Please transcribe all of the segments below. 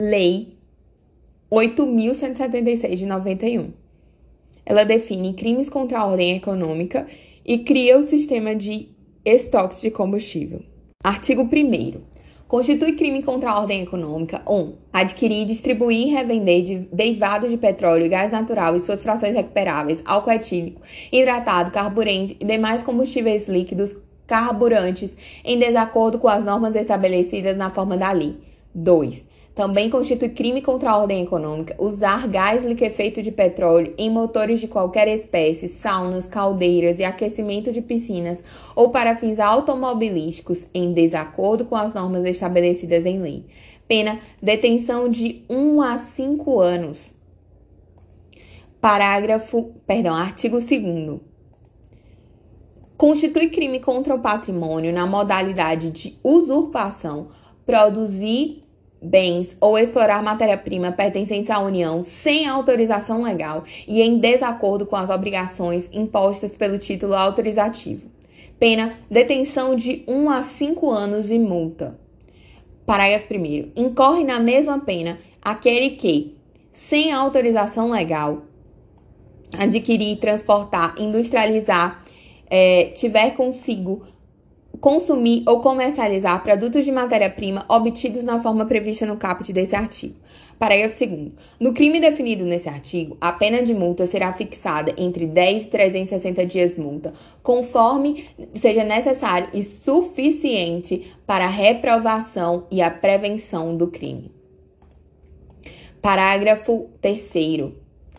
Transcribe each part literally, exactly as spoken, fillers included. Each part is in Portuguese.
Lei oito mil cento e setenta e seis de noventa e um. Ela define crimes contra a ordem econômica e cria o sistema de estoques de combustível. Artigo primeiro. Constitui crime contra a ordem econômica um. Adquirir, distribuir e revender de derivados de petróleo, gás natural e suas frações recuperáveis, álcool etílico, hidratado, carburante e demais combustíveis líquidos carburantes em desacordo com as normas estabelecidas na forma da lei. dois. Também constitui crime contra a ordem econômica usar gás liquefeito de petróleo em motores de qualquer espécie, saunas, caldeiras e aquecimento de piscinas ou para fins automobilísticos em desacordo com as normas estabelecidas em lei. Pena, detenção de um a cinco anos. Parágrafo, perdão, artigo segundo. Constitui crime contra o patrimônio na modalidade de usurpação, produzir bens ou explorar matéria-prima pertencentes à União sem autorização legal e em desacordo com as obrigações impostas pelo título autorizativo. Pena, detenção de um a cinco anos e multa. Parágrafo primeiro. Incorre na mesma pena aquele que, sem autorização legal, adquirir, transportar, industrializar, é, tiver consigo consumir ou comercializar produtos de matéria-prima obtidos na forma prevista no caput desse artigo. Parágrafo segundo. No crime definido nesse artigo, a pena de multa será fixada entre dez e trezentos e sessenta dias multa, conforme seja necessário e suficiente para a reprovação e a prevenção do crime. Parágrafo terceiro.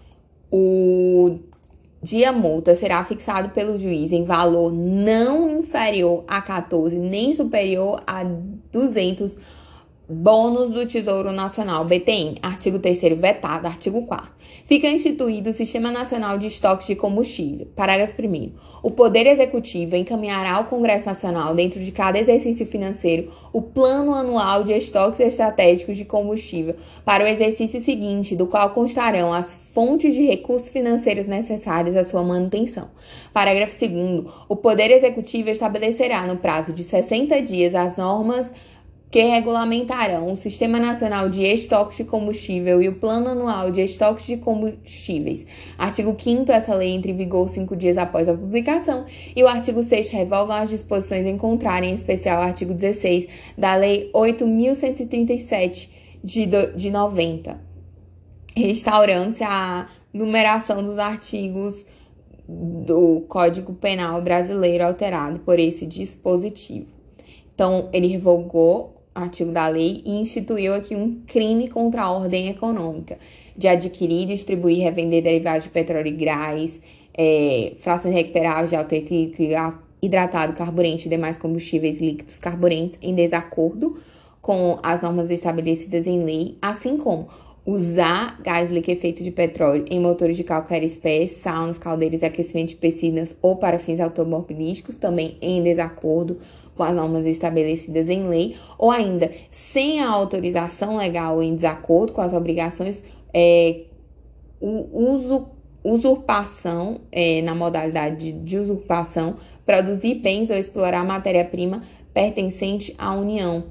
O dia multa será fixado pelo juiz em valor não inferior a quatorze, nem superior a duzentos bônus do Tesouro Nacional, B T N. Artigo terceiro vetado. Artigo quarto. Fica instituído o Sistema Nacional de Estoques de Combustível. Parágrafo primeiro. O Poder Executivo encaminhará ao Congresso Nacional, dentro de cada exercício financeiro, o Plano Anual de Estoques Estratégicos de Combustível para o exercício seguinte, do qual constarão as fontes de recursos financeiros necessários à sua manutenção. Parágrafo segundo. O Poder Executivo estabelecerá, no prazo de sessenta dias, as normas que regulamentarão o Sistema Nacional de Estoques de Combustível e o Plano Anual de Estoques de Combustíveis. Artigo quinto. Essa lei entra em vigor cinco dias após a publicação. E o artigo sexto revogam as disposições em contrário, em especial o artigo dezesseis da Lei oito mil cento e trinta e sete de, de noventa, restaurando-se a numeração dos artigos do Código Penal brasileiro alterado por esse dispositivo. Então, ele revogou artigo da lei e instituiu aqui um crime contra a ordem econômica de adquirir, distribuir e revender derivados de petróleo e gás, é, frações recuperáveis de álcool etílico, hidratado, carburante e demais combustíveis líquidos carburantes em desacordo com as normas estabelecidas em lei, assim como usar gás liquefeito de petróleo em motores de qualquer espécie, saunas, caldeiras e aquecimento de piscinas ou para fins automobilísticos, também em desacordo com as normas estabelecidas em lei, ou ainda sem a autorização legal ou em desacordo com as obrigações, é, o uso, usurpação, é, na modalidade de, de usurpação, produzir bens ou explorar matéria-prima pertencente à União.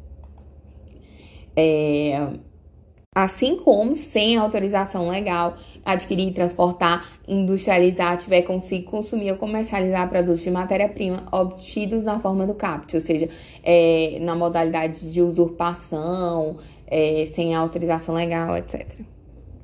É, assim como, sem autorização legal, adquirir, transportar, industrializar, tiver consigo consumir ou comercializar produtos de matéria-prima obtidos na forma do caput, ou seja, é, na modalidade de usurpação, é, sem autorização legal, etcétera.